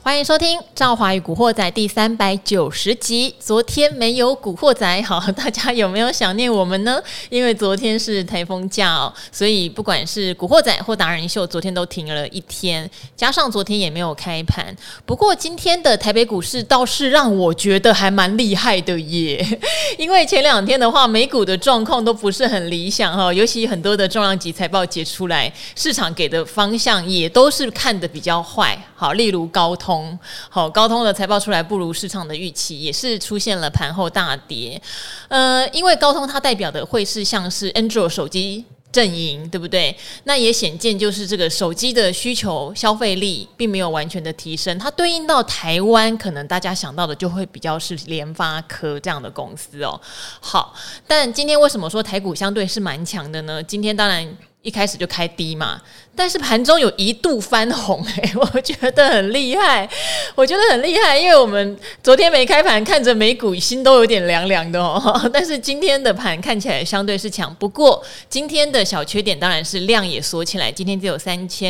欢迎收听《赵华与古惑仔》第390集。昨天没有古惑仔，好，大家有没有想念我们呢？因为昨天是台风假哦，所以不管是古惑仔或达人秀，昨天都停了一天，加上昨天也没有开盘。不过今天的台北股市倒是让我觉得还蛮厉害的耶，因为前2天的话，美股的状况都不是很理想哈，尤其很多的重量级财报解出来，市场给的方向也都是看得比较坏。好，例如高通，好，高通的财报出来不如市场的预期，也是出现了盘后大跌。因为高通它代表的会是像是 Android 手机阵营，对不对？那也显见就是这个手机的需求消费力并没有完全的提升，它对应到台湾，可能大家想到的就会比较是联发科这样的公司哦。好，但今天为什么说台股相对是蛮强的呢？今天当然一开始就开低嘛，但是盘中有一度翻红，我觉得很厉害，因为我们昨天没开盘，看着美股心都有点凉凉的哦。但是今天的盘看起来相对是强，不过今天的小缺点当然是量也缩起来，今天只有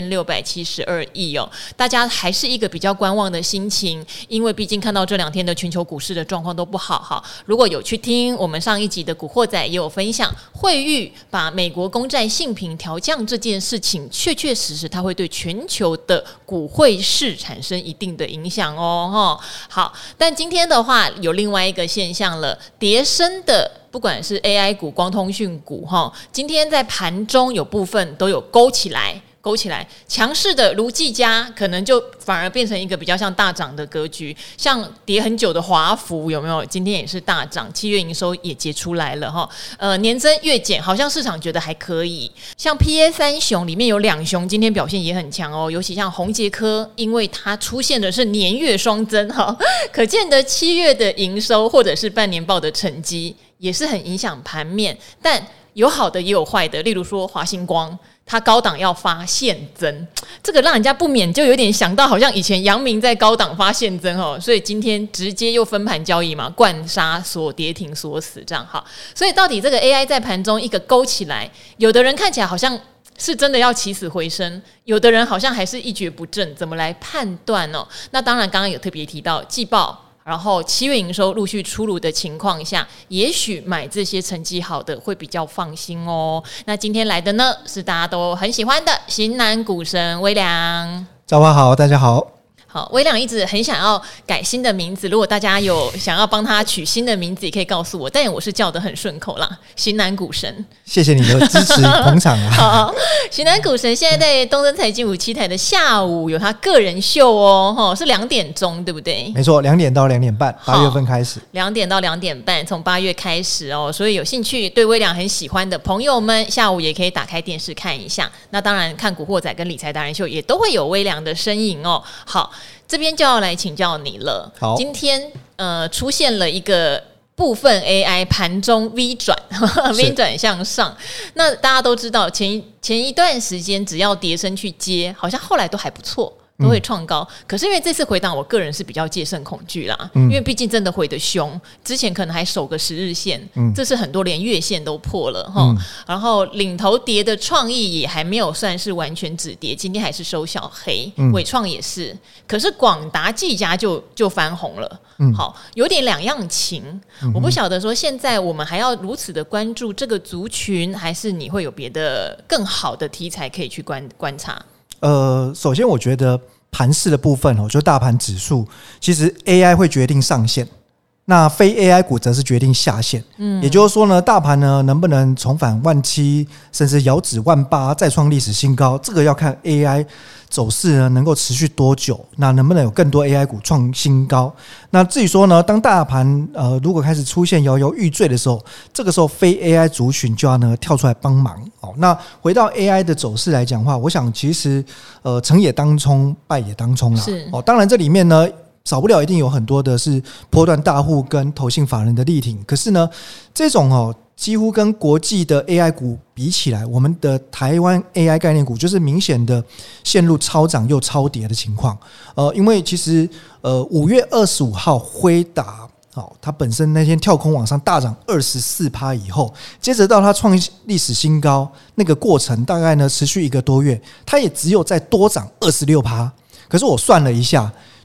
3672亿哦，大家还是一个比较观望的心情，因为毕竟看到这2天的全球股市的状况都不好哈。如果有去听我们上一集的古惑仔，也有分享惠誉把美国公债信评调降这件事情，确实它会对全球的股汇市产生一定的影响哦。好，但今天的话有另外一个现象了，跌深的不管是 AI 股、光通讯股，今天在盘中有部分都有勾起来，强势的如技嘉可能就反而变成一个比较像大涨的格局，像跌很久的华孚有没有？今天也是大涨，7月营收也结出来了哈。年增月减，好像市场觉得还可以。像 PA3 雄里面有2雄，今天表现也很强哦，尤其像宏捷科，因为它出现的是年月双增哈，可见的7月的营收或者是半年报的成绩也是很影响盘面，但有好的也有坏的，例如说华星光。它高档要发现增，这个让人家不免就有点想到，好像以前阳明在高档发现增哦，所以今天直接又分盘交易嘛，灌杀锁跌停锁死这样哈。所以到底这个 AI 在盘中一个勾起来，有的人看起来好像是真的要起死回生，有的人好像还是一蹶不振，怎么来判断哦？那当然，刚刚有特别提到季报。然后7月营收陆续出炉的情况下，也许买这些成绩好的会比较放心哦。那今天来的呢，是大家都很喜欢的型男股神微良。 早上好，大家好。 好，微良一直很想要改新的名字，如果大家有想要帮他取新的名字，也可以告诉我。但我是叫得很顺口啦，型男股神。 谢谢你的支持捧场啊！ 好，型男股神现在在东森财经57台的下午有他个人秀哦，是2点钟，对不对？ 没错，2点到2点半，8月份开始。 2点到2点半，从8月开始哦。所以有兴趣对微良很喜欢的朋友们，下午也可以打开电视看一下。那当然，看古惑仔跟理财达人秀也都会有微良的身影哦。好。这边就要来请教你了。好，今天出现了一个部分 AI 盘中 V 转，V 转向上。那大家都知道前一段时间只要跌升去接，好像后来都还不错。都会创高，可是因为这次回档，我个人是比较戒慎恐惧啦，因为毕竟真的回得凶，之前可能还守个10日线，这次很多连月线都破了然后领头跌的创意也还没有算是完全止跌，今天还是收小黑，伟创也是，可是广达、技嘉就翻红了，好，有点两样情，我不晓得说现在我们还要如此的关注这个族群，还是你会有别的更好的题材可以去观察？ 首先我觉得盘势的部分就大盘指数，其实 AI 会决定上限，那非 AI 股则是决定下限。也就是说呢，大盘呢能不能重返17000，甚至遥指18000，再创历史新高，这个要看 AI 走势呢能够持续多久，那能不能有更多 AI 股创新高。那至于说呢，当大盘如果开始出现摇摇欲坠的时候，这个时候非 AI 族群就要呢跳出来帮忙。那回到 AI 的走势来讲的话，我想其实成也当冲，败也当冲啦。当然这里面呢少不了一定有很多的是波段大户跟投信法人的力挺，可是呢这种几乎跟国际的 AI 股比起来，我们的台湾 AI 概念股就是明显的陷入超涨又超跌的情况。因为其实5月25号辉达它本身那天跳空往上大涨24%以后，接着到它创历史新高，那个过程大概呢持续1个多月，它也只有再多涨26%。可是我算了一下，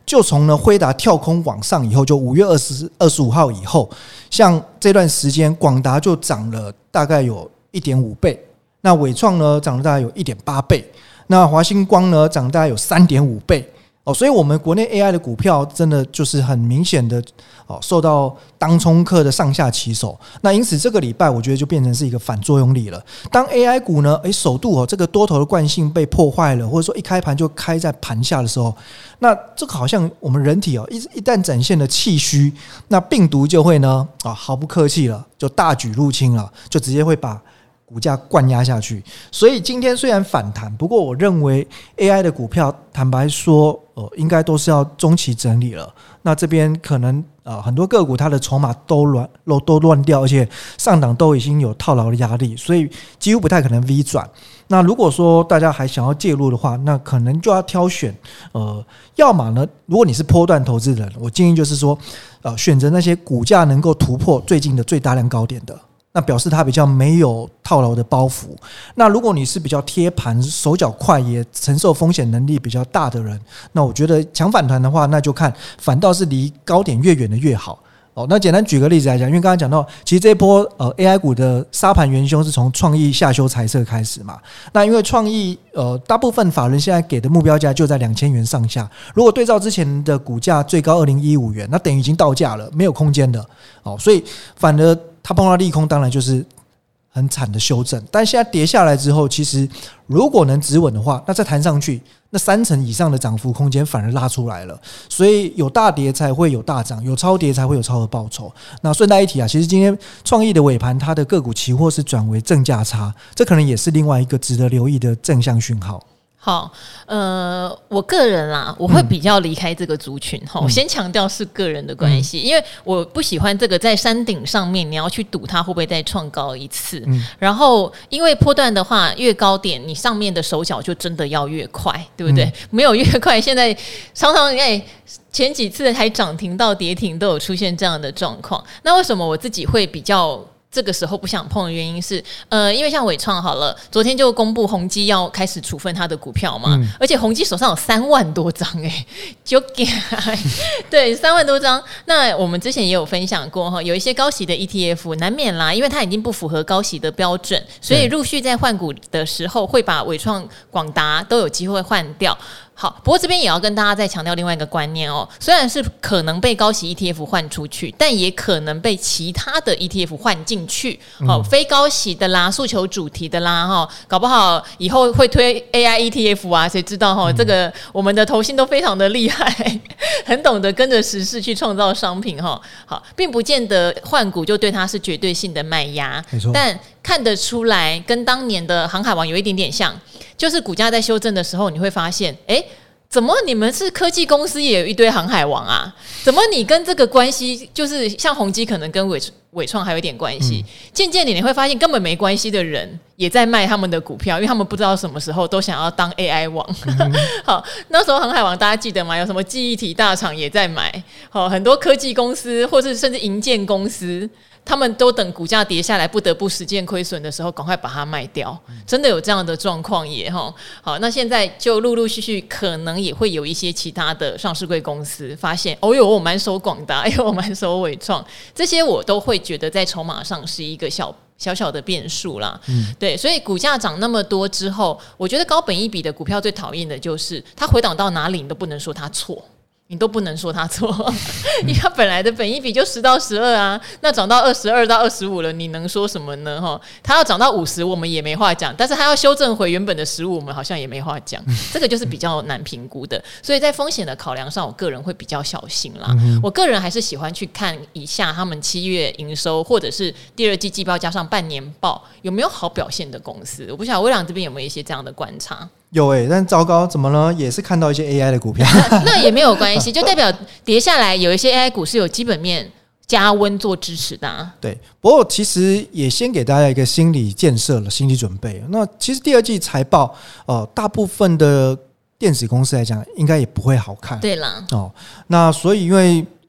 就从呢辉达跳空往上以后，就5月25号以后，像这段时间广达就涨了大概有 1.5 倍，那伟创呢涨了大概有 1.8 倍，那华星光呢涨大概有 3.5 倍。所以我们国内 AI 的股票真的就是很明显的受到当冲客的上下其手，那因此这个礼拜我觉得就变成是一个反作用力了。当 AI 股呢首度这个多头的惯性被破坏了，或者说一开盘就开在盘下的时候，那这个好像我们人体一旦展现了气虚，那病毒就会呢毫不客气了，就大举入侵了，就直接会把股价灌压下去。所以今天虽然反弹，不过我认为 AI 的股票坦白说应该都是要中期整理了。那这边可能很多个股它的筹码都乱掉，而且上档都已经有套牢的压力，所以几乎不太可能 V 转。那如果说大家还想要介入的话，那可能就要挑选要么呢，如果你是波段投资人，我建议就是说选择那些股价能够突破最近的最大量高点的，那表示它比较没有套牢的包袱。那如果你是比较贴盘、手脚快也承受风险能力比较大的人，那我觉得强反弹的话，那就看反倒是离高点越远的越好。那简单举个例子来讲，因为刚刚讲到其实这一波AI 股的杀盘元凶是从创意下修财测开始嘛。那因为创意大部分法人现在给的目标价就在2000元上下，如果对照之前的股价最高2015元，那等于已经到价了，没有空间的所以反而它碰到利空，当然就是很惨的修正。但现在跌下来之后，其实如果能止稳的话，那再弹上去，那30%以上的涨幅空间反而拉出来了。所以有大跌才会有大涨，有超跌才会有超额报酬。那顺带一提其实今天创意的尾盘，它的个股期货是转为正价差，这可能也是另外一个值得留意的正向讯号。 好，我个人啦，我会比较离开这个族群我先强调是个人的关系，因为我不喜欢这个在山顶上面你要去赌它会不会再创高一次，然后因为波段的话越高点，你上面的手脚就真的要越快，对不对？没有越快，现在常常前几次还涨停到跌停都有出现这样的状况。那为什么我自己会比较这个时候不想碰的原因是，因为像伟创好了，昨天就公布宏基要开始处分他的股票嘛，而且宏基手上有3万多张就给对3万多张。那我们之前也有分享过有一些高息的 ETF 难免啦，因为它已经不符合高息的标准，所以陆续在换股的时候会把伟创、广达都有机会换掉。好，不过这边也要跟大家再强调另外一个观念虽然是可能被高息 ETF 换出去，但也可能被其他的 ETF 换进去非高息的啦，诉求主题的啦搞不好以后会推 AI ETF 啊，谁知道这个我们的投信都非常的厉害很懂得跟着时事去创造商品好，并不见得换股就对它是绝对性的卖压，但看得出来跟当年的航海王有一点点像，就是股价在修正的时候你会发现怎么你们是科技公司也有一堆航海王啊？怎么你跟这个关系就是像宏基可能跟伟创还有一点关系，渐渐你会发现根本没关系的人也在卖他们的股票，因为他们不知道什么时候都想要当 AI 王好，那时候航海王大家记得吗？有什么记忆体大厂也在买很多科技公司或是甚至营建公司，他们都等股价跌下来不得不实践亏损的时候赶快把它卖掉，真的有这样的状况也好，那现在就陆陆续续可能也会有一些其他的上市柜公司发现我蛮守广达，我蛮守伟创，这些我都会觉得在筹码上是一个小小的变数啦对，所以股价涨那么多之后，我觉得高本益比的股票最讨厌的就是它回档到哪里你都不能说它错，你都不能说它错因为它本来的本益比就10到12啊，那涨到22到25了，你能说什么呢？它要涨到50我们也没话讲，但是它要修正回原本的15我们好像也没话讲这个就是比较难评估的，所以在风险的考量上我个人会比较小心啦我个人还是喜欢去看一下他们7月营收或者是第2季季报加上半年报有没有好表现的公司。我不晓得微软这边有没有一些这样的观察。 有但糟糕，怎么了？也是看到一些 AI 的股票那也没有关系，就代表跌下来有一些 AI 股是有基本面加温做支持的对， 不过其实也先给大家一个心理建设了，心理准备。那其实第2季财报大部分的电子公司来讲应该也不会好看。 对啦那所以因为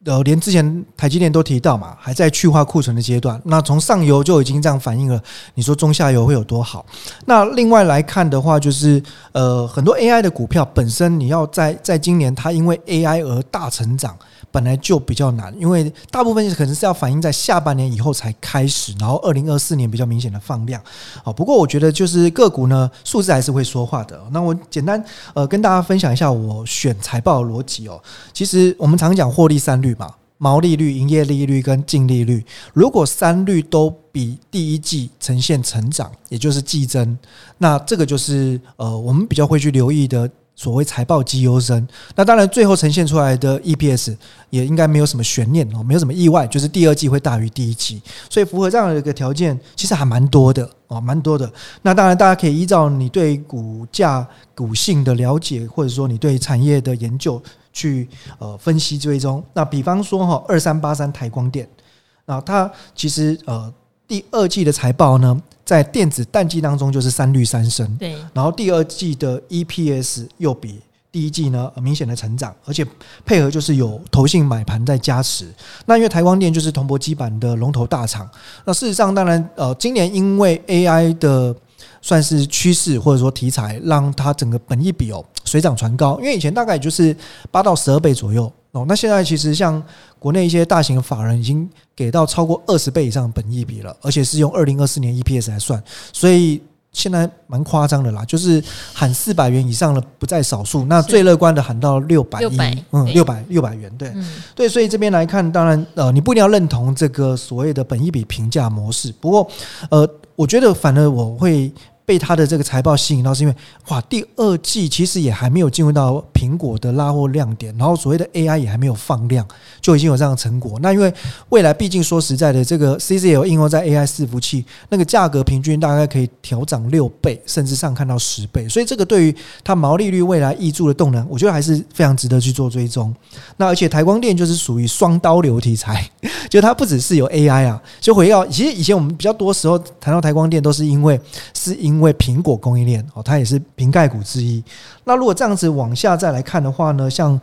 连之前台积电都提到嘛，还在去化库存的阶段。那从上游就已经这样反映了，你说中下游会有多好？那另外来看的话，就是很多 AI 的股票本身，你要在今年它因为 AI 而大成长，本来就比较难，因为大部分可能是要反映在下半年以后才开始，然后2024年比较明显的放量。好，不过我觉得就是个股呢，数字还是会说话的。那我简单跟大家分享一下我选财报的逻辑哦。其实我们常讲获利3率嘛，毛利率、营业利率跟净利率，如果3率都比第一季呈现成长，也就是季增，那这个就是我们比较会去留意的所谓财报绩优生。那当然最后呈现出来的 EPS 也应该没有什么悬念，没有什么意外，就是第二季会大于第一季，所以符合这样的一个条件其实还蛮多的，蛮多的。那当然大家可以依照你对股价股性的了解，或者说你对产业的研究去分析追踪。那比方说2383台光电，那它其实第二季的财报呢，在电子淡季当中就是3率3升， 对， 然后第二季的 EPS 又比第一季呢明显的成长，而且配合就是有投信买盘在加持。那因为台光电就是铜箔基板的龙头大厂，那事实上当然今年因为 AI 的算是趋势或者说题材，让它整个本益比水涨船高，因为以前大概就是8到12倍左右那现在其实像国内一些大型的法人已经给到超过20倍以上的本益比了，而且是用2024年 EPS 来算，所以现在蛮夸张的啦，就是喊400元以上的不在少数，那最乐观的喊到600 元，对、对，所以这边来看，当然你不一定要认同这个所谓的本益比评价模式，不过我觉得反而我会被他的这个财报吸引到，是因为第二季其实也还没有进入到苹果的拉货亮点，然后所谓的 AI 也还没有放量，就已经有这样的成果。那因为未来毕竟说实在的，这个 CCL 应用在 AI 伺服器，那个价格平均大概可以调涨6倍，甚至上看到10倍，所以这个对于它毛利率未来挹注的动能，我觉得还是非常值得去做追踪。那而且台光电就是属于双刀流题材，就它不只是有 AI 啊，就回到其实以前我们比较多时候谈到台光电都是因为苹果供应链它也是瓶盖股之一。那如果这样子往下再来看的话呢，像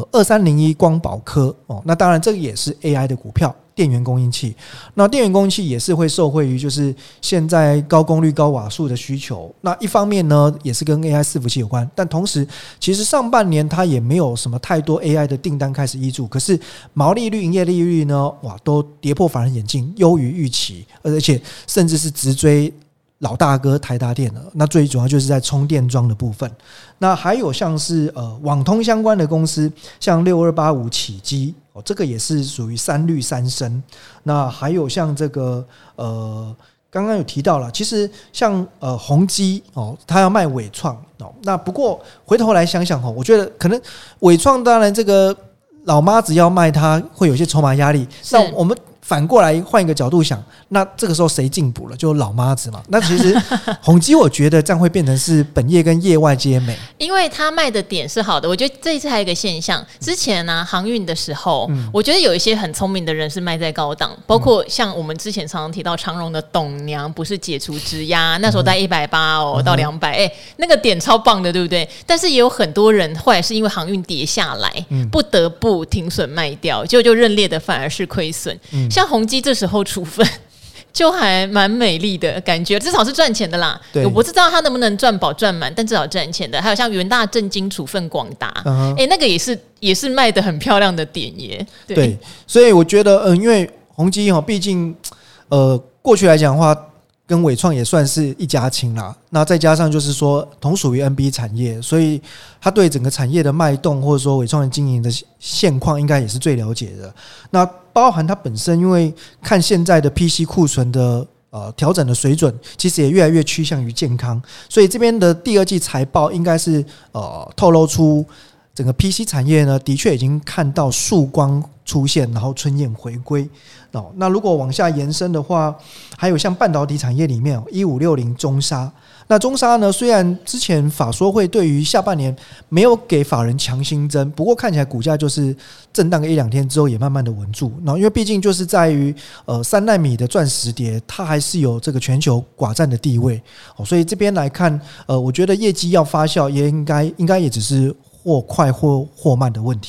2301光宝科那当然这个也是 AI 的股票，电源供应器。那电源供应器也是会受惠于就是现在高功率高瓦数的需求。那一方面呢，也是跟 AI 伺服器有关，但同时其实上半年它也没有什么太多 AI 的订单开始挹注，可是毛利率、营业利率呢，都跌破法人眼镜，优于预期，而且甚至是直追老大哥台达电了。那最主要就是在充电桩的部分。那还有像是网通相关的公司，像6285启基这个也是属于3率3升。那还有像这个刚刚有提到了，其实像宏基他要卖伟创那不过回头来想想我觉得可能伟创当然这个老妈子要卖，它会有一些筹码压力。那我们反过来换一个角度想，那这个时候谁进补了？就老妈子嘛。那其实宏基我觉得这样会变成是本业跟业外皆美， 因为他卖的点是好的。我觉得这一次还有一个现象，之前航运的时候我觉得有一些很聪明的人是卖在高档，包括像我们之前常常提到长荣的董娘不是解除质押，那时候在180到200那个点超棒的，对不对？但是也有很多人后来是因为航运跌下来不得不停损卖掉，结果就认列的反而是亏损。像宏基这时候处分就还蛮美丽的感觉，至少是赚钱的啦。我不知道他能不能赚饱赚满，但至少赚钱的。还有像元大正金处分广达那个也是卖得很漂亮的点耶。 对， 所以我觉得因为宏基毕竟过去来讲的话跟伟创也算是一家亲啦，那再加上就是说同属于 NB 产业，所以他对整个产业的脉动或者说伟创的经营的现况应该也是最了解的。那包含他本身因为看现在的 PC 库存的调整的水准，其实也越来越趋向于健康，所以这边的第二季财报应该是透露出整个 PC 产业呢的确已经看到曙光出现，然后春燕回归。那如果往下延伸的话，还有像半导体产业里面1560中砂。那中砂呢，虽然之前法说会对于下半年没有给法人强新增，不过看起来股价就是震荡个1-2天之后也慢慢的稳住。因为毕竟就是在于3奈米的钻石碟，它还是有这个全球寡占的地位所以这边来看我觉得业绩要发酵也应该也只是或快或慢的问题。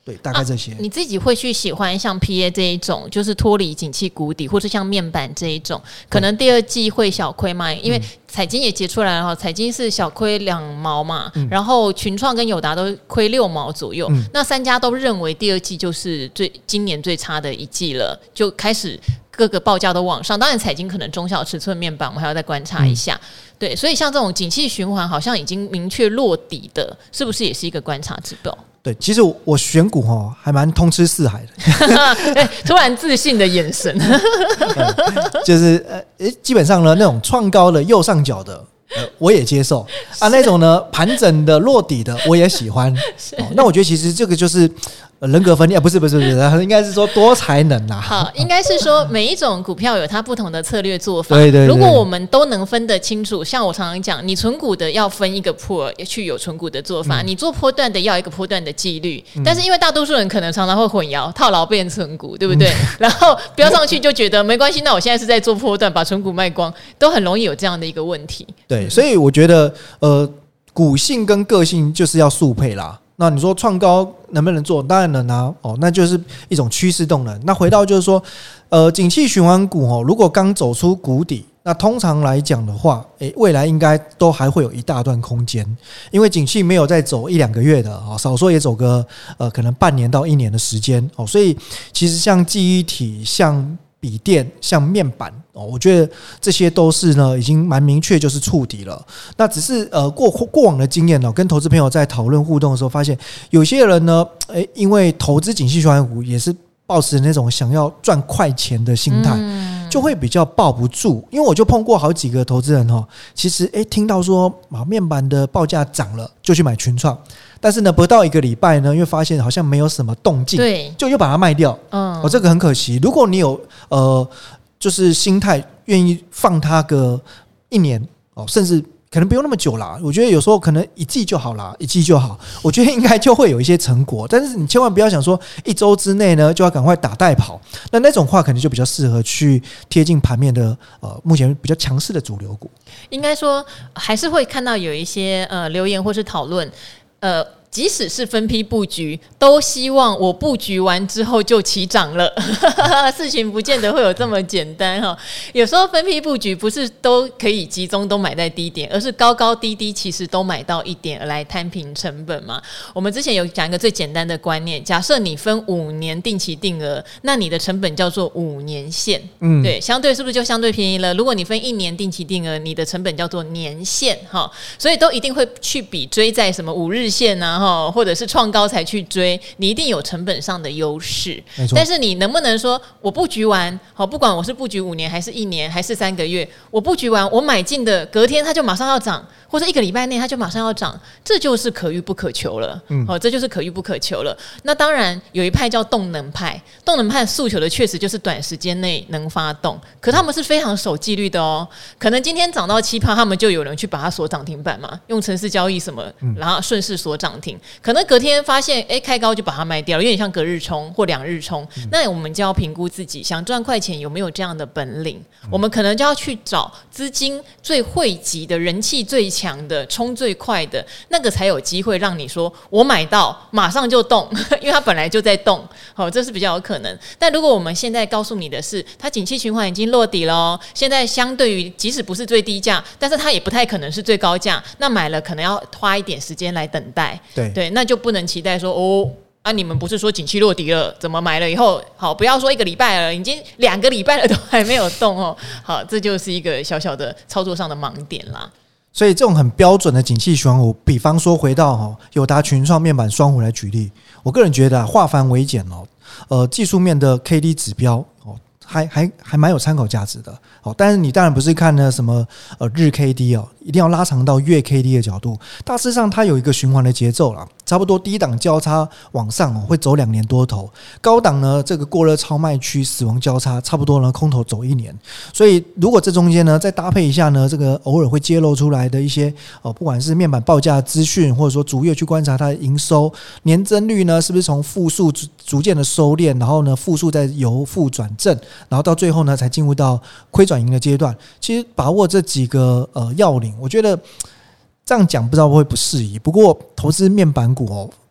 对，大概这些。 你自己会去喜欢像 PA 这一种，就是脱离景气谷底，或是像面板这一种，可能第二季会小亏嘛？因为彩晶也结出来了哈，彩晶是小亏2毛嘛，然后群创跟友达都亏6毛左右，那3家都认为第二季就是今年最差的一季了，就开始各个报价都往上。当然彩晶可能中小尺寸面板我们还要再观察一下，对，所以像这种景气循环好像已经明确落底的，是不是也是一个观察指标？ 对，其实我选股还蛮通吃四海的突然自信的眼神就是基本上呢那种创高的右上角的我也接受啊，那种呢盘整的落底的我也喜欢那我觉得其实这个就是人格分裂不是，应该是说多才能啦。 好，应该是说每一种股票有它不同的策略做法。 对， 如果我们都能分得清楚，像我常常讲，你存股的要分一个pool去有存股的做法，你做波段的要一个波段的纪律。但是因为大多数人可能常常会混淆套牢变存股，对不对？然后飙上去就觉得没关系，那我现在是在做波段，把存股卖光，都很容易有这样的一个问题。 对，所以我觉得股性跟个性就是要速配啦。那你说创高能不能做？当然能啊，那就是一种趋势动能。那回到就是说，景气循环股如果刚走出谷底，那通常来讲的话，未来应该都还会有一大段空间，因为景气没有再走1-2个月的，少说也走个可能半年到1年的时间，所以其实像记忆体、像笔电、像面板，我觉得这些都是呢已经蛮明确就是触底了。那只是过往的经验跟投资朋友在讨论互动的时候发现，有些人呢因为投资景气循环股也是抱持那种想要赚快钱的心态，就会比较抱不住。因为我就碰过好几个投资人其实听到说面板的报价涨了就去买群创，但是呢不到1个礼拜呢，因为发现好像没有什么动静， 对， 就又把它卖掉。这个很可惜。如果你有就是心态愿意放它个1年甚至可能不用那么久啦，我觉得有时候可能1季就好啦，1季就好，我觉得应该就会有一些成果。但是你千万不要想说1周之内呢就要赶快打带跑，那种话可能就比较适合去贴近盘面的目前比较强势的主流股。 应该说还是会看到有一些留言或是讨论，即使是分批布局，都希望我布局完之后就起涨了事情不见得会有这么简单有时候分批布局不是都可以集中都买在低点，而是高高低低其实都买到一点来摊平成本嘛。我们之前有讲一个最简单的观念，假设你分5年定期定额，那你的成本叫做5年线，对，相对是不是就相对便宜了？如果你分1年定期定额，你的成本叫做年线所以都一定会去比追在什么5日线啊或者是创高才去追，你一定有成本上的优势。但是你能不能说我布局完不管我是布局5年还是1年还是3个月，我布局完我买进的隔天它就马上要涨，或者1个礼拜内它就马上要涨，这就是可遇不可求了。这就是可遇不可求了。那当然有一派叫动能派，动能派诉求的确实就是短时间内能发动，可他们是非常守纪律的可能今天涨到7%，他们就有人去把它锁涨停板嘛，用程式交易什么，然后顺势锁涨停。可能隔天发现开高就把它卖掉了，有点像隔日冲或2日冲。那我们就要评估自己想赚快钱有没有这样的本领，我们可能就要去找资金最汇集的、人气最强的、冲最快的那个，才有机会让你说我买到马上就动因为它本来就在动这是比较有可能。但如果我们现在告诉你的是它景气循环已经落底了现在相对于即使不是最低价，但是它也不太可能是最高价，那买了可能要花一点时间来等待。对，那就不能期待说你们不是说景气落底了，怎么买了以后好，不要说1个礼拜了，已经2个礼拜了都还没有动好，这就是一个小小的操作上的盲点啦。 所以这种很标准的景气循环股，比方说回到友达、群创、面板双虎来举例，我个人觉得化繁为简技术面的 KD 指标还蛮有参考价值的但是你当然不是看呢什么日 KD 一定要拉长到月 KD 的角度。大致上它有一个循环的节奏啦，差不多低档交叉往上会走2年多头，高档呢这个过热超卖区死亡交叉，差不多呢空头走1年。所以如果这中间呢再搭配一下呢这个偶尔会揭露出来的一些不管是面板报价资讯，或者说逐月去观察它的营收年增率呢是不是从负数逐渐的收敛，然后呢负数再由负转正，然后到最后呢才进入到亏转盈的阶段。其实把握这几个要领，我觉得这样讲不知道会不适宜，不过投资面板股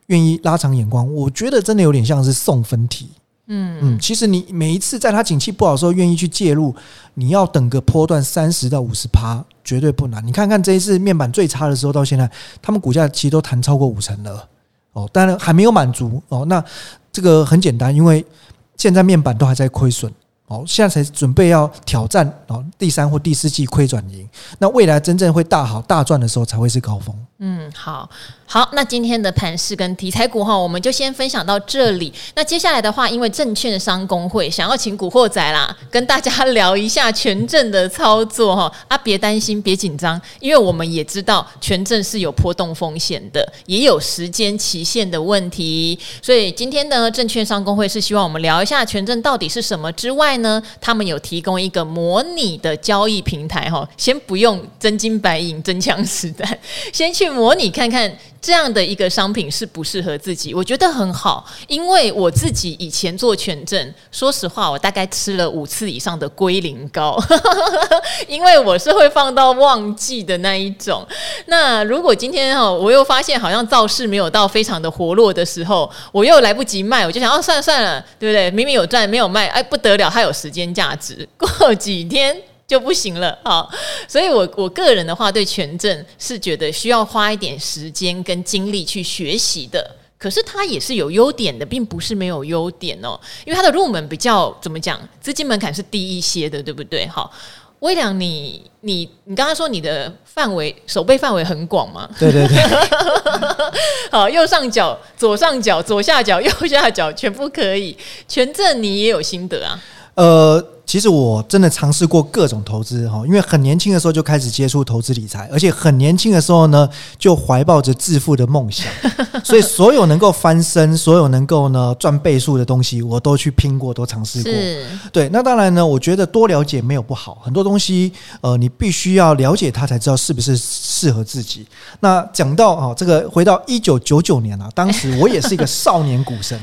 愿意拉长眼光，我觉得真的有点像是送分题。其实你每一次在它景气不好的时候愿意去介入，你要等个波段30%到50%绝对不难。你看看这一次面板最差的时候到现在，他们股价其实都弹超过50%了当然还没有满足那这个很简单，因为现在面板都还在亏损现在才准备要挑战第3或第4季亏转盈，那未来真正会大好大赚的时候才会是高峰。 好，那今天的盘势跟题材股我们就先分享到这里。那接下来的话，因为证券商公会想要请古惑仔啦，跟大家聊一下权证的操作别担心，别紧张，因为我们也知道权证是有波动风险的，也有时间期限的问题。所以今天呢，证券商公会是希望我们聊一下权证到底是什么之外呢，他们有提供一个模拟的交易平台先不用真金白银真枪实弹，先去模拟看看这样的一个商品适不适合自己，我觉得很好。因为我自己以前做权证，说实话我大概吃了5次以上的龟苓膏因为我是会放到忘记的那一种。那如果今天我又发现好像造势没有到非常的活络的时候，我又来不及卖，我就想算了对不对，明明有赚没有卖，不得了，它有时间价值，过几天就不行了。好，所以我个人的话，对权证是觉得需要花一点时间跟精力去学习的。可是它也是有优点的，并不是没有优点因为它的入门比较怎么讲，资金门槛是低一些的，对不对？好，威良，你刚刚说你的手背范围很广吗？ 对好，右上角、左上角、左下角、右下角全部可以。权证你也有心得啊？ 其实我真的尝试过各种投资因为很年轻的时候就开始接触投资理财，而且很年轻的时候呢就怀抱着致富的梦想所以所有能够翻身，所有能够呢赚倍数的东西我都去拼过，都尝试过。对，那当然呢，我觉得多了解没有不好，很多东西你必须要了解它才知道是不是适合自己。那讲到这个回到1999年当时我也是一个少年股神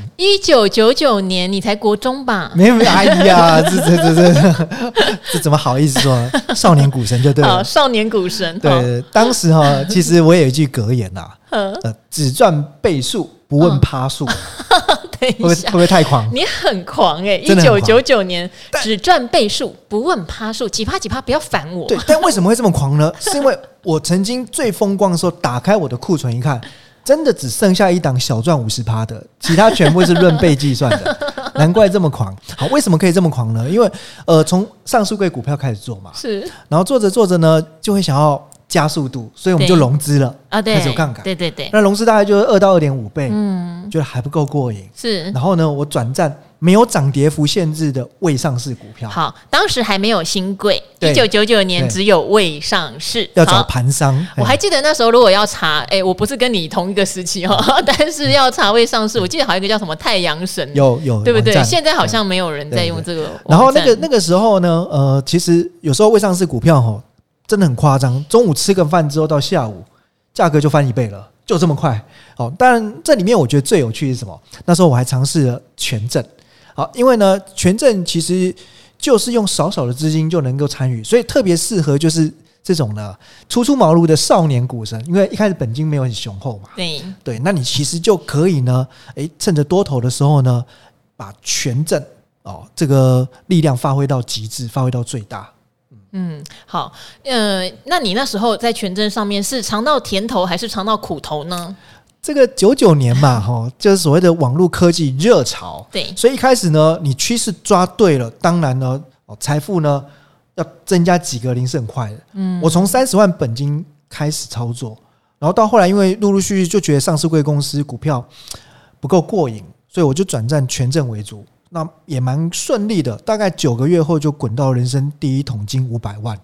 1999年你才国中吧？ 没有，哎呀，这怎么好意思说少年股神就对了。 少年股神。 对，当时其实我有一句格言只赚倍数不问趴数等一下， 会不会太狂？ 你很狂1999年只赚倍数不问趴数，几趴不要烦我。 对，但为什么会这么狂呢？是因为我曾经最风光的时候打开我的库存一看，真的只剩下一档小赚50%的，其他全部是论倍计算的难怪这么狂。好，为什么可以这么狂呢？因为从上市柜股票开始做嘛， 是， 然后做着呢就会想要加速度，所以我们就融资了对， 开始有杠杆。 对， 那融资大概就是2到2.5倍，觉得还不够过瘾。 是， 然后呢，我转战没有涨跌幅限制的未上市股票。 好，当时还没有新贵，1999年只有未上市， 要找盘商。 我还记得那时候如果要查，我不是跟你同一个时期但是要查未上市，我记得好像一个叫什么太阳神， 有对不对？现在好像没有人在用这个。 然后那个时候呢，其实有时候未上市股票真的很夸张，中午吃个饭之后到下午价格就翻1倍了，就这么快。当然这里面我觉得最有趣是什么？那时候我还尝试了权证。好，因为呢，权证其实就是用少少的资金就能够参与，所以特别适合就是这种呢初茅庐的少年股神，因为一开始本金没有很雄厚嘛。对，那你其实就可以呢，趁着多头的时候呢，把权证这个力量发挥到极致，发挥到最大。 好，那你那时候在权证上面是尝到甜头还是尝到苦头呢？ 这个99年嘛，就是所谓的网络科技热潮， 对， 所以一开始呢，你趋势抓对了，当然呢，财富呢要增加几个零是很快的。我从30万本金开始操作，然后到后来，因为陆陆续续就觉得上市柜公司股票不够过瘾，所以我就转战权证为主，那也蛮顺利的，大概9个月后就滚到人生第一桶金500万。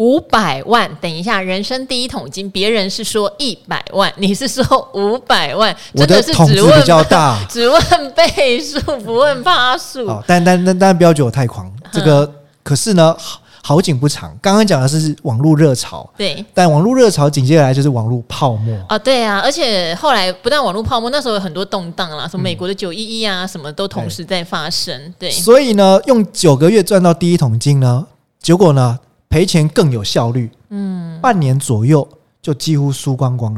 500万，等一下，人生第一桶金，别人是说100万，你是说500万， 我的桶子比较大， 只问倍数不问趴数。 但不要觉得我太狂，这个可是呢，好景不长。刚刚讲的是网络热潮， 对， 但网络热潮紧接着来就是网络泡沫对啊，而且后来不但网络泡沫，那时候有很多动荡啦，什么美国的911啊，什么都同时在发生。对， 所以呢，用9个月赚到第一桶金呢，结果呢赔钱更有效率，半年左右就几乎输光光了。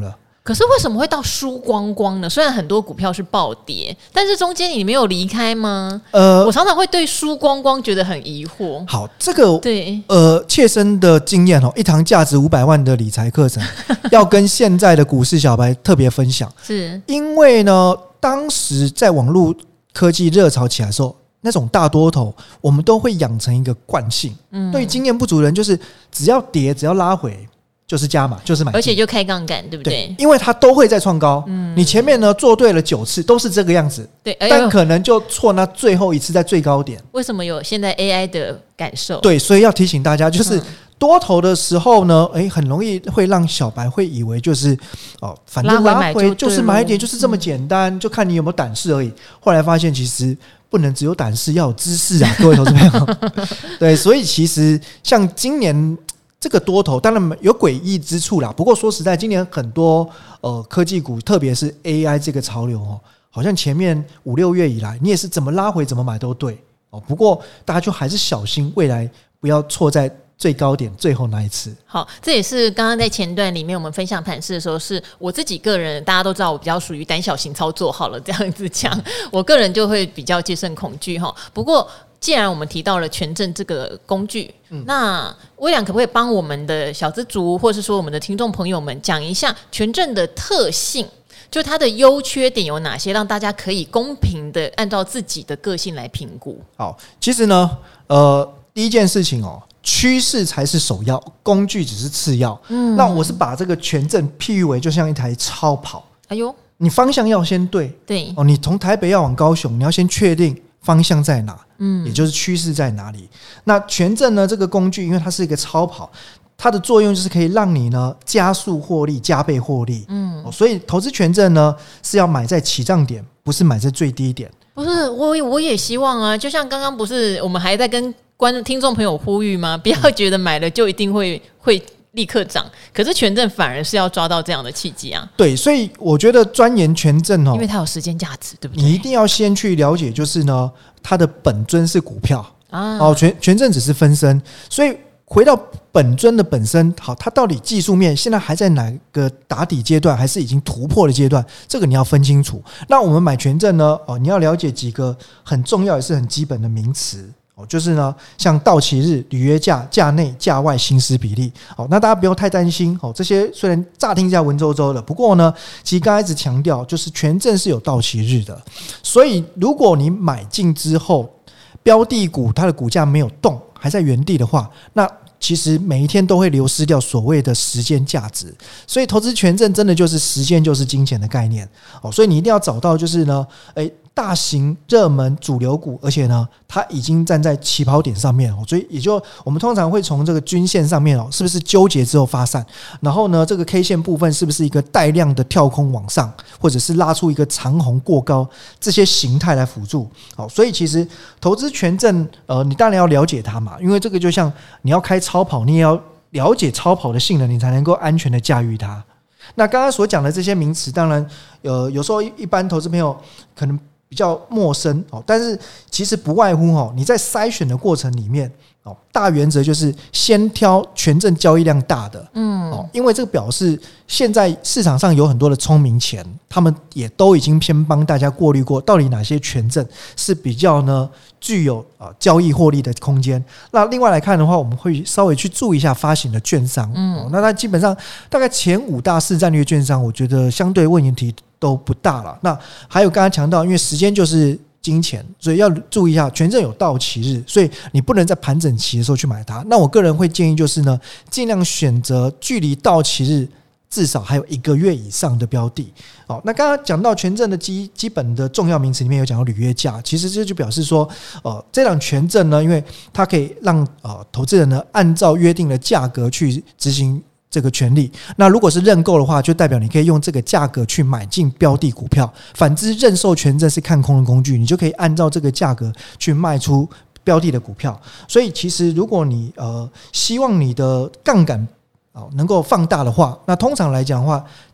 可是为什么会到输光光呢？虽然很多股票是暴跌，但是中间你没有离开吗？我常常会对输光光觉得很疑惑。 好，这个对切身的经验一堂价值500万的理财课程，要跟现在的股市小白特别分享， 是因为呢，当时在网络科技热潮起来的时候，那种大多头，我们都会养成一个惯性。对于经验不足的人，就是只要跌，只要拉回。就是加码，就是买进， 而且就开杠杆，对不对？ 对，因为它都会再创高。你前面呢做对了9次，都是这个样子，对，但可能就错那最后一次在最高点。 为什么有现在 AI 的感受？ 对，所以要提醒大家，就是多头的时候呢，很容易会让小白会以为就是反正拉回就是买一点，就是这么简单，就看你有没有胆识而已。后来发现其实不能只有胆识，要有知识啊，各位投资朋友。对，所以其实像今年。这个多头当然有诡异之处啦，不过说实在，今年很多科技股，特别是 AI 这个潮流好像前面5、6月以来，你也是怎么拉回怎么买都对不过大家就还是小心，未来不要错在最高点最后那一次。 好，这也是刚刚在前段里面我们分享盘势的时候，是我自己个人，大家都知道我比较属于胆小型操作，好了，这样子讲，我个人就会比较戒慎恐惧不过既然我们提到了权证这个工具，那威廉可不可以帮我们的小资族，或是说我们的听众朋友们讲一下权证的特性，就它的优缺点有哪些，让大家可以公平的按照自己的个性来评估？ 好，其实呢，第一件事情趋势才是首要，工具只是次要。那我是把这个权证譬喻为就像一台超跑，哎呦，你方向要先对，对你从台北要往高雄，你要先确定方向在哪，也就是趋势在哪里。那权证呢，这个工具因为它是一个超跑，它的作用就是可以让你呢加速获利，加倍获利。所以投资权证呢是要买在起涨点，不是买在最低点。 不是，我也希望啊，就像刚刚不是我们还在跟听众朋友呼吁吗？不要觉得买了就一定会立刻涨，可是权证反而是要抓到这样的契机啊。对， 所以我觉得钻研权证因为它有时间价值，对不对？ 你一定要先去了解，就是呢，它的本尊是股票啊，权证只是分身，所以回到本尊的本身，好，它到底技术面现在还在哪个打底阶段，还是已经突破的阶段？这个你要分清楚。那我们买权证呢，你要了解几个很重要也是很基本的名词。就是呢，像到期日、履约价、价内、价外、行使比例，那大家不用太担心。这些虽然乍听起来文绉绉的，不过呢，其实刚才一直强调，就是权证是有到期日的。所以如果你买进之后，标的股它的股价没有动，还在原地的话，那其实每一天都会流失掉所谓的时间价值。所以投资权证真的就是时间就是金钱的概念。所以你一定要找到就是呢，大型热门主流股，而且呢，它已经站在起跑点上面，所以也就我们通常会从这个均线上面是不是纠结之后发散，然后呢，这个 K 线部分是不是一个带量的跳空往上，或者是拉出一个长红过高，这些形态来辅助。所以其实投资权证，你当然要了解它嘛，因为这个就像你要开超跑，你也要了解超跑的性能，你才能够安全的驾驭它。那刚刚所讲的这些名词，当然有时候一般投资朋友可能比较陌生，但是其实不外乎你在筛选的过程里面，大原则就是先挑权证交易量大的，因为这个表示现在市场上有很多的聪明钱，他们也都已经先帮大家过滤过，到底哪些权证是比较呢具有交易获利的空间。那另外来看的话，我们会稍微去注意一下发行的券商，那它基本上大概前5大市占率券商，我觉得相对问题都不大了。那还有刚刚强调，因为时间就是金钱，所以要注意一下权证有到期日，所以你不能在盘整期的时候去买它。那我个人会建议就是呢，尽量选择距离到期日至少还有1个月以上的标的。那刚刚讲到权证的基本的重要名词里面有讲到履约价，其实这就表示说，这档权证呢，因为它可以让投资人呢按照约定的价格去执行这个权利。那如果是认购的话，就代表你可以用这个价格去买进标的股票。反之，认售权证是看空的工具，你就可以按照这个价格去卖出标的的股票。所以其实如果你希望你的杠杆能够放大的话，那通常来讲的话，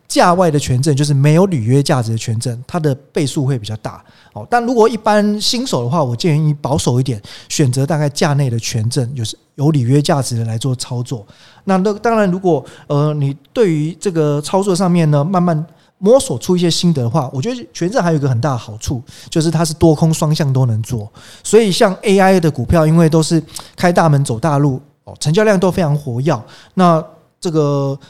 价外的权证，就是没有履约价值的权证，它的倍数会比较大。但如果一般新手的话，我建议保守一点，选择大概价内的权证，有履约价值的来做操作。那当然，如果你对于这个操作上面呢，慢慢摸索出一些心得的话，我觉得权证还有一个很大的好处，就是它是多空双向都能做。所以像 AI 的股票，因为都是开大门走大路，成交量都非常活跃，那这个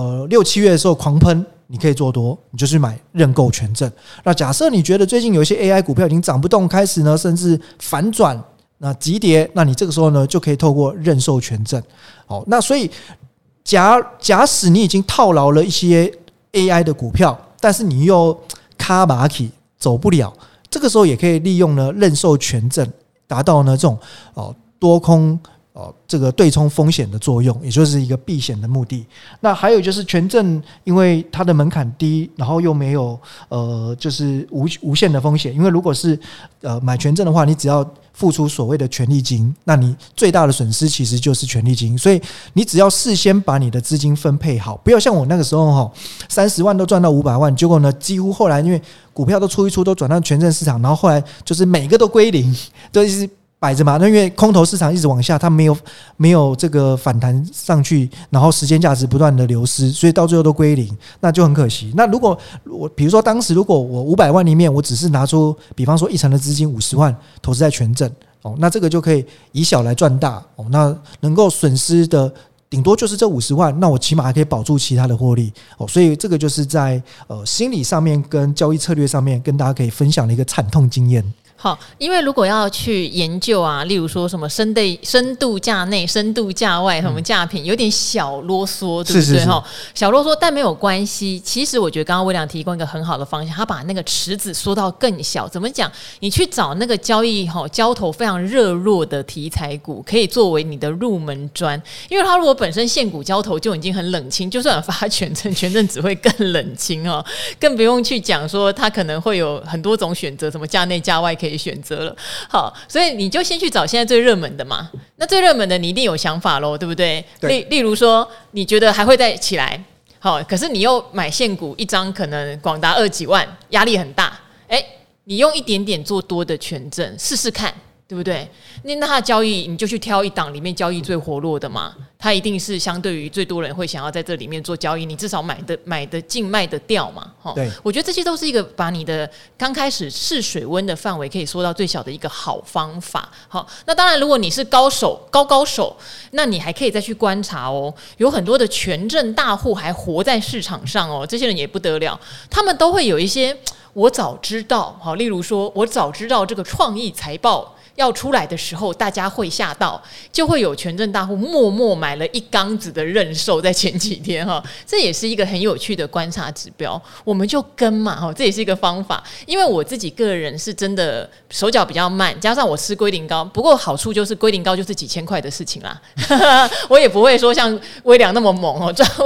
6、7月的时候狂喷，你可以做多，你就去买认购权证。那假设你觉得最近有一些 AI 股票已经涨不动，开始呢甚至反转，那急跌，那你这个时候呢就可以透过认售权证。那所以假使你已经套牢了一些 AI 的股票，但是你又卡马起走不了，这个时候也可以利用呢认售权证，达到呢这种多空这个对冲风险的作用，也就是一个避险的目的。那还有就是权证，因为它的门槛低，然后又没有就是无限的风险。因为如果是买权证的话，你只要付出所谓的权利金，那你最大的损失其实就是权利金。所以你只要事先把你的资金分配好，不要像我那个时候30万都赚到500万，结果呢几乎后来因为股票都出一出都转到权证市场，然后后来就是每个都归零，都是摆着嘛，那因为空头市场一直往下，它没有这个反弹上去，然后时间价值不断的流失，所以到最后都归零，那就很可惜。那如果比如说当时如果我500万里面我只是拿出比方说1成的资金50万投资在权证，那这个就可以以小来赚大，那能够损失的顶多就是这50万，那我起码还可以保住其他的获利。所以这个就是在心理上面跟交易策略上面跟大家可以分享的一个惨痛经验。 好，因为如果要去研究啊，例如说什么深度价内、深度价外、什么价品，有点小啰嗦，对不对？ 是小啰嗦，但没有关系。其实我觉得刚刚威良提供一个很好的方向，他把那个池子缩到更小。怎么讲？你去找那个交投非常热络的题材股，可以作为你的入门砖。因为它如果本身现股交投就已经很冷清，就算发权证只会更冷清哦，更不用去讲说它可能会有很多种选择，什么价内价外可以选择了。好，所以你就先去找现在最热门的嘛。那最热门的你一定有想法咯，对不对？例如说你觉得还会再起来，好，可是你又买现股一张可能广达20几万，压力很大，你用一点点做多的权证试试看，对不对？那它的交易你就去挑一档里面交易最活络的嘛，它一定是相对于最多人会想要在这里面做交易，你至少买的进卖得掉嘛。 对， 我觉得这些都是一个把你的刚开始试水温的范围可以缩到最小的一个好方法。好，那当然如果你是高手，那你还可以再去观察哦，有很多的权证大户还活在市场上哦，这些人也不得了，他们都会有一些我早知道，好，例如说我早知道这个创意财报要出来的时候，大家会吓到，就会有权证大户默默买了一缸子的认售，在前几天哈，这也是一个很有趣的观察指标。我们就跟嘛哈，这也是一个方法。因为我自己个人是真的手脚比较慢，加上我吃龟苓膏，不过好处就是龟苓膏就是几千块的事情啦，我也不会说像威良那么猛哦，赚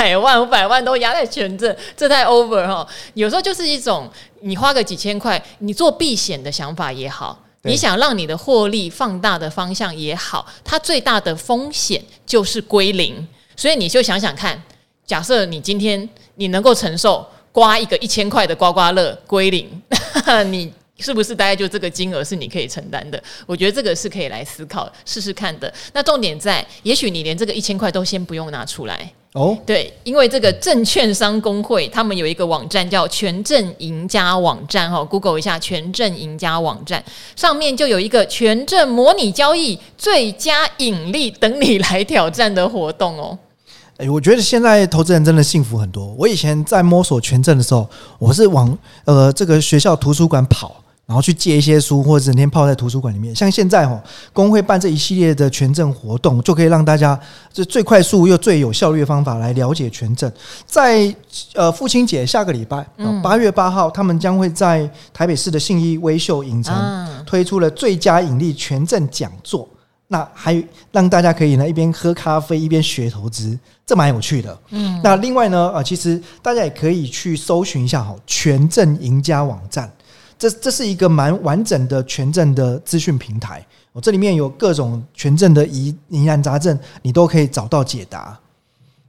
500万都压在权证，这太 over 哈。有时候就是一种你花个几千块，你做避险的想法也好。你想让你的获利放大的方向也好，它最大的风险就是归零，所以你就想想看，假设你今天你能够承受刮一个1000块的刮刮乐归零，你是不是大概就这个金额是你可以承担的？我觉得这个是可以来思考试试看的。那重点在，也许你连这个1000块都先不用拿出来。对，因为这个证券商公会他们有一个网站叫权证赢家网站，Google 一下权证赢家网站，上面就有一个权证模拟交易最佳引力等你来挑战的活动哦。 我觉得现在投资人真的幸福很多。我以前在摸索权证的时候，我是往这个学校图书馆跑，然后去借一些书，或者整天泡在图书馆里面。像现在工会办这一系列的权证活动，就可以让大家最快速又最有效率的方法来了解权证。在父亲节下个礼拜8月8号，他们将会在台北市的信义威秀影城推出了最佳引力权证讲座。那还让大家可以呢一边喝咖啡一边学投资，这蛮有趣的。那另外呢其实大家也可以去搜寻一下权证赢家网站。这是一个蛮完整的权证的资讯平台，这里面有各种权证的疑难杂症，你都可以找到解答。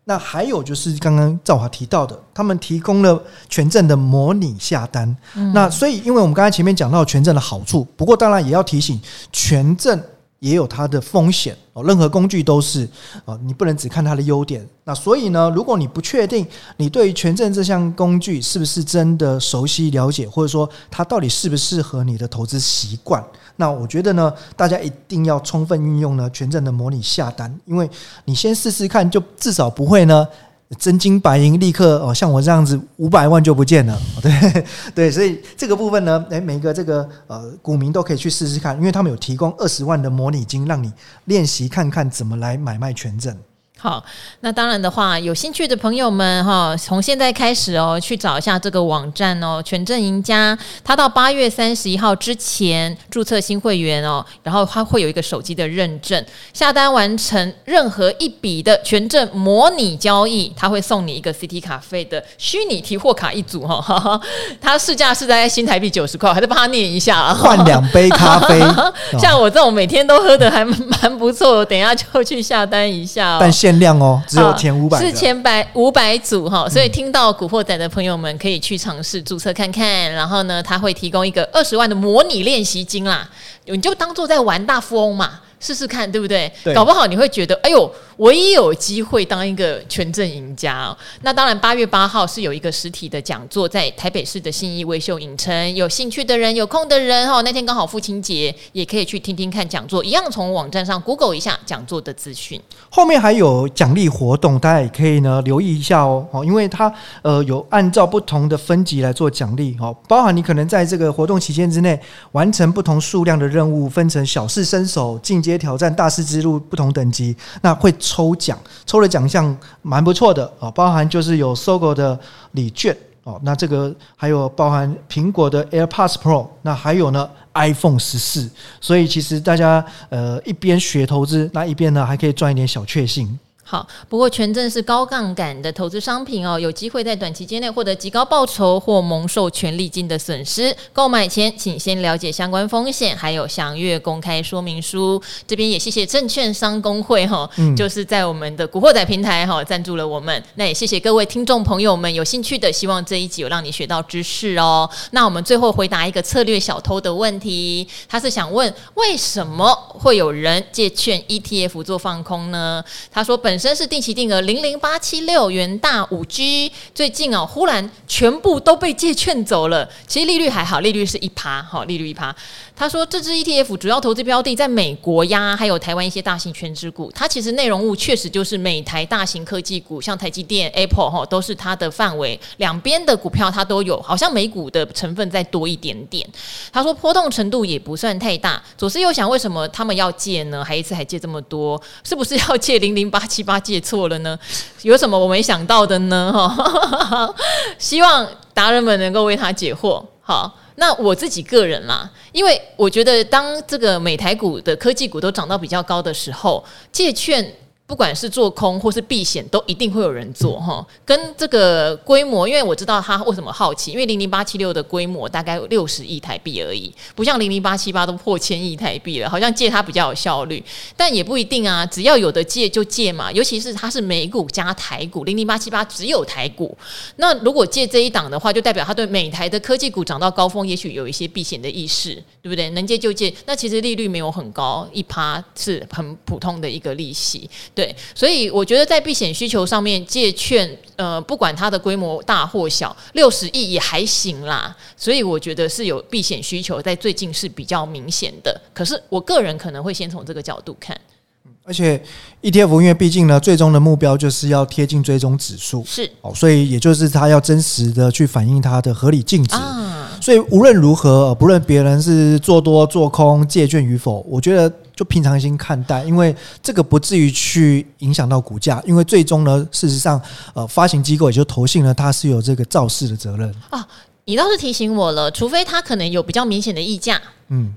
那还有就是刚刚兆华提到的，他们提供了权证的模拟下单。那所以，因为我们刚才前面讲到权证的好处，不过当然也要提醒，权证也有它的风险任何工具都是你不能只看它的优点。那所以呢，如果你不确定你对于权证这项工具是不是真的熟悉了解，或者说它到底适不适合你的投资习惯，那我觉得呢，大家一定要充分运用呢权证的模拟下单，因为你先试试看，就至少不会呢真金白银立刻像我这样子500万就不见了。对，所以这个部分呢，每个这个股民都可以去试试看，因为他们有提供20万的模拟金，让你练习看看怎么来买卖权证。 好，那当然的话，有兴趣的朋友们从现在开始去找一下这个网站权证赢家，他到8月31号之前注册新会员然后他会有一个手机的认证，下单完成任何一笔的权证模拟交易，他会送你一个 CT 卡费的虚拟提货卡一组它市价是在新台币90块，还是帮他念一下换2杯咖啡像我这种每天都喝的还蛮不错，等一下就去下单一下但限量只有前500 是前500组所以听到古惑仔的朋友们可以去尝试注册看看，然后呢他会提供一个20万的模拟练习金啦，你就当作在玩大富翁嘛，试试看，对不对？搞不好你会觉得，哎呦，我也有机会当一个权证赢家那当然8月8号是有一个实体的讲座，在台北市的信义威秀影城，有兴趣的人有空的人那天刚好父亲节，也可以去听听看讲座，一样从网站上 Google 一下讲座的资讯。 后面还有奖励活动，大家也可以呢留意一下因为它有按照不同的分级来做奖励包含你可能在这个活动期间之内完成不同数量的任务，分成小试身手、进阶挑战、大师之路不同等级，那会抽奖，抽的奖项蛮不错的包含就是有 SOGO 的礼券那这个还有包含苹果的 AirPods Pro， 那还有呢 iPhone 14，所以其实大家一边学投资，那一边呢还可以赚一点小确幸。 好，不过权证是高杠杆的投资商品有机会在短期间内获得极高报酬或蒙受权利金的损失。购买前请先了解相关风险，还有详阅公开说明书。这边也谢谢证券商公会就是在我们的古惑仔平台赞助了我们。那也谢谢各位听众朋友们，有兴趣的希望这一集有让你学到知识那我们最后回答一个策略小偷的问题，他是想问为什么会有人借券 ETF 做放空呢？他说本身是定期定额00876元大 5G， 最近忽然全部都被借券走了，其实利率还好，利率是 1%， 利率 1%。他说这支 ETF 主要投资标的在美国呀，还有台湾一些大型权值股，它其实内容物确实就是美台大型科技股，像台积电 Apple 都是它的范围，两边的股票它都有，好像美股的成分再多一点点。他说波动程度也不算太大，左思右想为什么他们要借呢？还一次还借这么多，是不是要借00878借错了呢？有什么我没想到的呢？希望达人们能够为他解惑。好，那我自己个人啦，因为我觉得当这个美台股的科技股都涨到比较高的时候，借券不管是做空或是避险都一定会有人做跟这个规模，因为我知道他为什么好奇，因为00876的规模大概60亿台币而已，不像00878都破1000亿台币了，好像借它比较有效率，但也不一定啊，只要有的借就借嘛，尤其是它是美股加台股，00878只有台股，那如果借这一档的话，就代表他对美台的科技股涨到高峰也许有一些避险的意识，对不对？能借就借，那其实利率没有很高，1%是很普通的一个利息，对，所以我觉得在避险需求上面，借券不管它的规模大或小，60亿也还行啦。所以我觉得是有避险需求，在最近是比较明显的。可是我个人可能会先从这个角度看。 而且 ETF 因为毕竟呢，最终的目标就是要贴近追踪指数， 是所以也就是它要真实的去反映它的合理净值所以无论如何，不论别人是做多做空借券与否，我觉得就平常心看待，因为这个不至于去影响到股价，因为最终呢，事实上发行机构也就投信呢，它是有这个造势的责任你倒是提醒我了，除非他可能有比较明显的溢价，有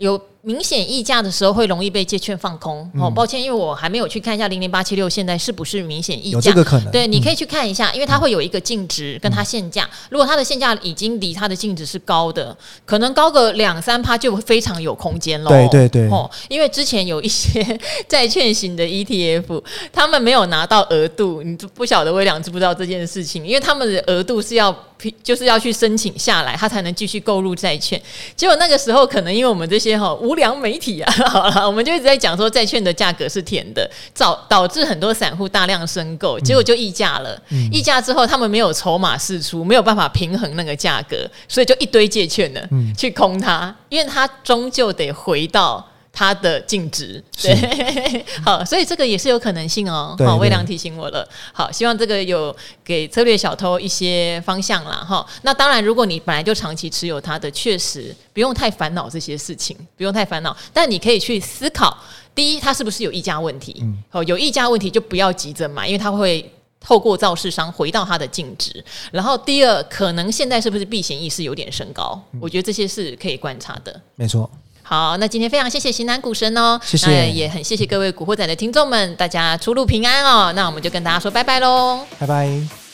明显溢价的时候会容易被借券放空。抱歉，因为我还没有去看一下00876现在是不是明显溢价， 有这个可能。 对，你可以去看一下，因为它会有一个净值跟它现价。如果它的现价已经离它的净值是高的，可能高个2-3%就非常有空间咯。 对对对， 因为之前有一些债券型的 ETF， 他们没有拿到额度，你不晓得微良知不知道这件事情？因为他们的额度是就是要去申请下来，他才能继续购入债券。结果那个时候可能因为我们这些无良媒体啊，好了，我们就一直在讲说债券的价格是甜的，导致很多散户大量申购，结果就溢价了。溢价之后，他们没有筹码释出，没有办法平衡那个价格，所以就一堆借券了，去空它，因为它终究得回到它的净值。对，好，所以这个也是有可能性哦。好，微良提醒我了。好，希望这个有给策略小偷一些方向啦。哈，那当然，如果你本来就长期持有它的，确实不用太烦恼这些事情，不用太烦恼。但你可以去思考，第一，它是不是有溢价问题？有溢价问题就不要急着买，因为它会透过造市商回到它的净值。然后第二，可能现在是不是避险意识有点升高？我觉得这些是可以观察的。 没错。 好，那今天非常谢谢型男股神哦， 谢谢， 那也很谢谢各位古惑仔的听众们，大家出入平安哦。那我们就跟大家说拜拜喽， 拜拜。